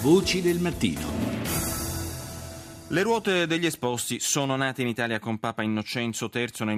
Voci del mattino. Le ruote degli esposti sono nate in Italia con Papa Innocenzo III nel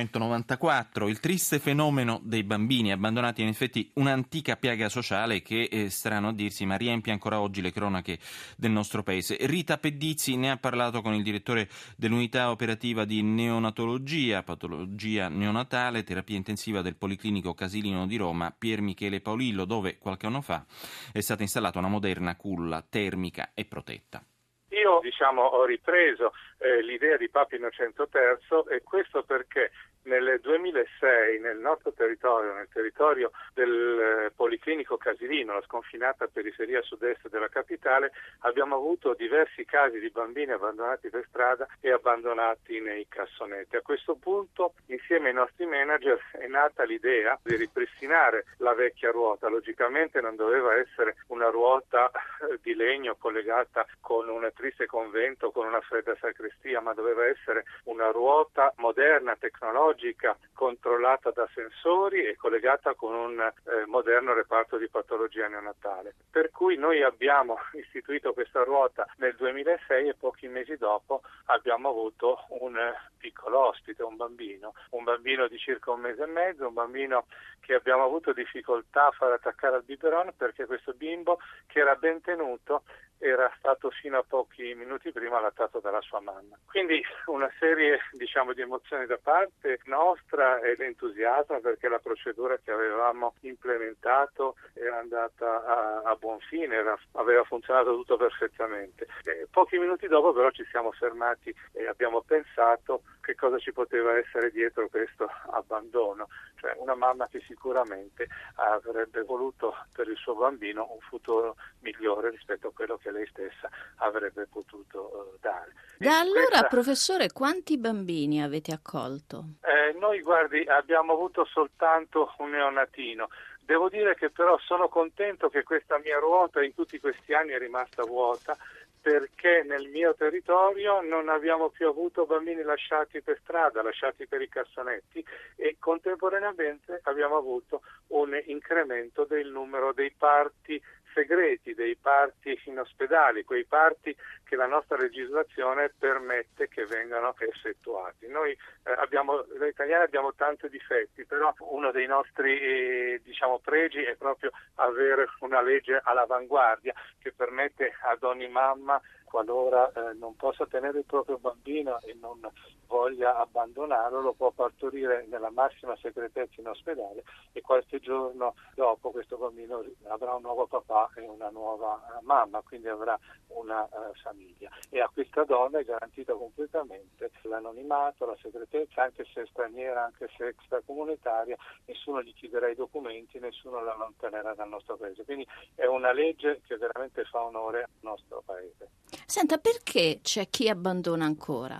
1194. Il triste fenomeno dei bambini abbandonati è in effetti un'antica piaga sociale che, strano a dirsi, ma riempie ancora oggi le cronache del nostro paese. Rita Pedizzi ne ha parlato con il direttore dell'unità operativa di neonatologia, patologia neonatale, terapia intensiva del Policlinico Casilino di Roma, Pier Michele Paolillo, dove qualche anno fa è stata installata una moderna culla termica e protetta. Io ho ripreso l'idea di Papa Innocenzo III, e questo perché nel 2006 nel nostro territorio, nel territorio del Policlinico Casilino, la sconfinata periferia sud-est della capitale, abbiamo avuto diversi casi di bambini abbandonati per strada e abbandonati nei cassonetti. A questo punto, insieme ai nostri manager, è nata l'idea di ripristinare la vecchia ruota. Logicamente non doveva essere una ruota di legno collegata con un triste convento, con una fredda sacrestia, ma doveva essere una ruota moderna, tecnologica, controllata da sensori e collegata con un moderno reparto di patologia neonatale. Per cui noi abbiamo istituito questa ruota nel 2006 e pochi mesi dopo abbiamo avuto un piccolo ospite, un bambino di circa 1 mese e mezzo, un bambino che abbiamo avuto difficoltà a far attaccare al biberon perché questo bimbo, che era ben tenuto, era stato fino a pochi minuti prima allattato dalla sua mamma. Quindi una serie di emozioni da parte nostra e l'entusiasmo perché la procedura che avevamo implementato era andata a buon fine, aveva funzionato tutto perfettamente. Pochi minuti dopo però ci siamo fermati e abbiamo pensato che cosa ci poteva essere dietro questo abbandono, cioè una mamma che sicuramente avrebbe voluto per il suo bambino un futuro migliore rispetto a quello che lei stessa avrebbe potuto dare. Da allora, professore, quanti bambini avete accolto? Noi, abbiamo avuto soltanto un neonatino. Devo dire che però sono contento che questa mia ruota in tutti questi anni è rimasta vuota, perché nel mio territorio non abbiamo più avuto bambini lasciati per strada, lasciati per i cassonetti, e contemporaneamente abbiamo avuto un incremento del numero dei parti segreti, dei parti in ospedali, quei parti che la nostra legislazione permette che vengano effettuati. Noi italiani abbiamo tanti difetti, però uno dei nostri pregi è proprio avere una legge all'avanguardia che permette ad ogni mamma, qualora non possa tenere il proprio bambino e non voglia abbandonarlo, lo può partorire nella massima segretezza in ospedale e qualche giorno dopo questo bambino avrà un nuovo papà e una nuova mamma, quindi avrà una famiglia. E a questa donna è garantito completamente l'anonimato, la segretezza, anche se straniera, anche se extracomunitaria, nessuno gli chiederà i documenti, nessuno la allontanerà dal nostro paese. Quindi è una legge che veramente fa onore al nostro paese. Senta, perché c'è chi abbandona ancora?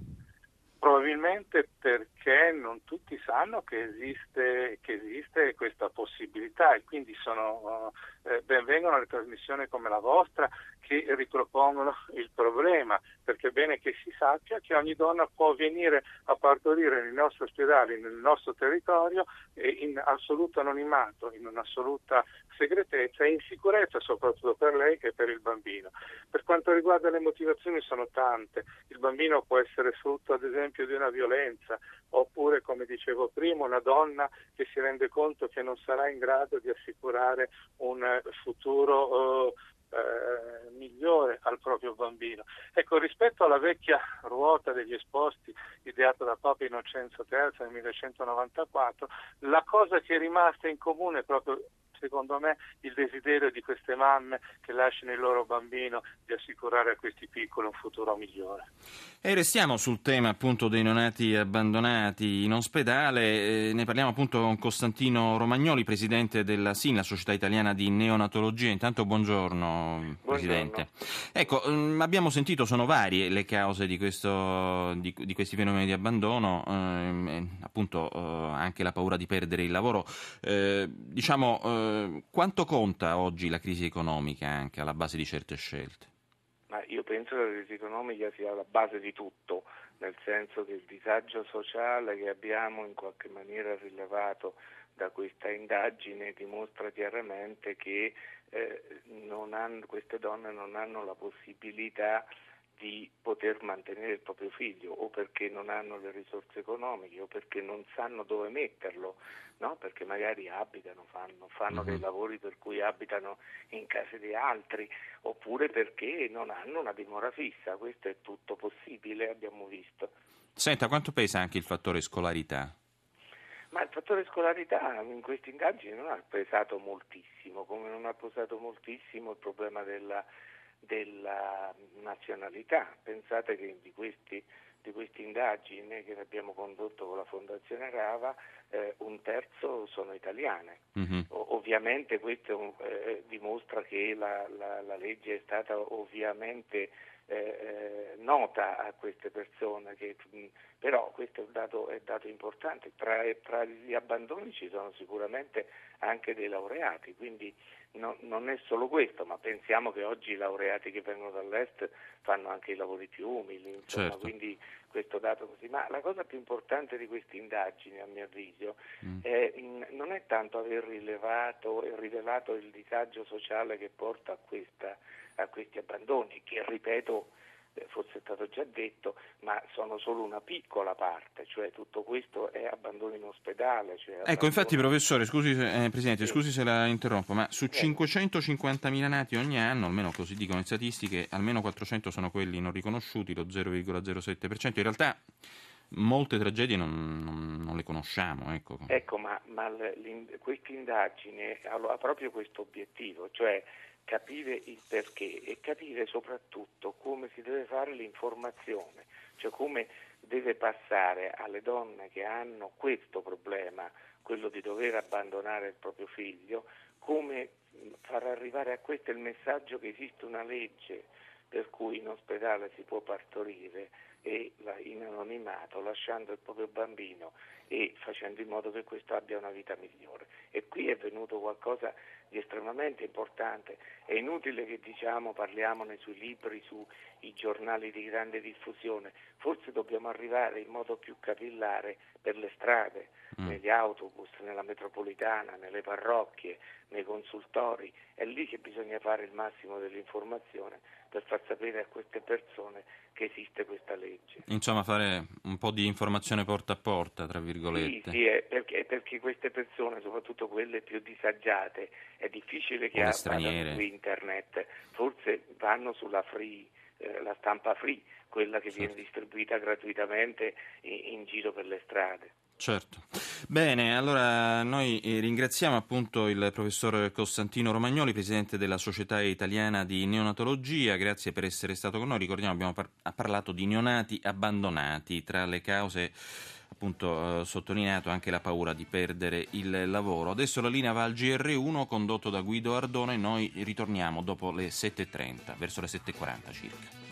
Probabilmente perché non tutti sanno che esiste questa possibilità, e quindi benvengono le trasmissioni come la vostra che ripropongono il problema, perché è bene che si sappia che ogni donna può venire a partorire nei nostri ospedali, nel nostro territorio, in assoluto anonimato, in un'assoluta segretezza e in sicurezza, soprattutto per lei e per il bambino. Per quanto riguarda le motivazioni sono tante. Il bambino può essere frutto ad esempio di una violenza, oppure, come dicevo prima, una donna che si rende conto che non sarà in grado di assicurare un futuro migliore al proprio bambino. Ecco, rispetto alla vecchia ruota degli esposti ideata da Papa Innocenzo III nel 1194, la cosa che è rimasta in comune è proprio, secondo me, il desiderio di queste mamme che lasciano il loro bambino di assicurare a questi piccoli un futuro migliore. E restiamo sul tema appunto dei neonati abbandonati in ospedale, ne parliamo appunto con Costantino Romagnoli, presidente della SIN, la Società Italiana di Neonatologia. Intanto buongiorno, presidente. Ecco, abbiamo sentito, sono varie le cause di questi fenomeni di abbandono, appunto anche la paura di perdere il lavoro. Quanto conta oggi la crisi economica anche alla base di certe scelte? Ma io penso che la crisi economica sia la base di tutto, nel senso che il disagio sociale che abbiamo in qualche maniera rilevato da questa indagine dimostra chiaramente che queste donne non hanno la possibilità di poter mantenere il proprio figlio, o perché non hanno le risorse economiche, o perché non sanno dove metterlo, no? Perché magari fanno dei lavori per cui abitano in case di altri, oppure perché non hanno una dimora fissa. Questo è tutto possibile, abbiamo visto. Senta, quanto pesa anche il fattore scolarità? Ma il fattore scolarità in queste indagini non ha pesato moltissimo, come non ha pesato moltissimo il problema della nazionalità. Pensate che di queste indagini che abbiamo condotto con la Fondazione Rava, un terzo sono italiane. Ovviamente questo dimostra che la legge è stata ovviamente nota a queste persone, però questo è un dato importante. Tra gli abbandoni ci sono sicuramente anche dei laureati, quindi non è solo questo, ma pensiamo che oggi i laureati che vengono dall'est fanno anche i lavori più umili, insomma, certo. Quindi questo dato così. Ma la cosa più importante di queste indagini, a mio avviso, non è tanto aver rivelato il disagio sociale che porta a questi abbandoni, che ripeto, forse è stato già detto, ma sono solo una piccola parte, cioè tutto questo è abbandono in ospedale. Ecco, infatti, professore, scusi, Presidente, Sì. Scusi se la interrompo, ma su 550.000 nati ogni anno, almeno così dicono le statistiche, almeno 400 sono quelli non riconosciuti, lo 0,07%. In realtà molte tragedie non le conosciamo. Ecco, ma questa indagine ha proprio questo obiettivo, cioè capire il perché e capire soprattutto come si deve fare l'informazione, cioè come deve passare alle donne che hanno questo problema, quello di dover abbandonare il proprio figlio, come far arrivare a questo il messaggio che esiste una legge per cui in ospedale si può partorire e in anonimato, lasciando il proprio bambino e facendo in modo che questo abbia una vita migliore. E qui è venuto qualcosa di estremamente importante. È inutile che parliamone sui libri, sui giornali di grande diffusione. Forse dobbiamo arrivare in modo più capillare per le strade, negli autobus, nella metropolitana, nelle parrocchie, nei consultori. È lì che bisogna fare il massimo dell'informazione per far sapere a queste persone che esiste questa legge. Insomma, fare un po' di informazione porta a porta, tra virgolette. Sì, perché queste persone, soprattutto quelle più disagiate, è difficile che vadano su internet, forse vanno sulla la stampa free, quella che viene distribuita gratuitamente in giro per le strade. Certo. Bene, allora noi ringraziamo appunto il professor Costantino Romagnoli, presidente della Società Italiana di Neonatologia. Grazie per essere stato con noi. Ricordiamo, abbiamo parlato di neonati abbandonati. Tra le cause, appunto, sottolineato anche la paura di perdere il lavoro. Adesso la linea va al GR1 condotto da Guido Ardona e noi ritorniamo dopo le 7.30, verso le 7.40 circa.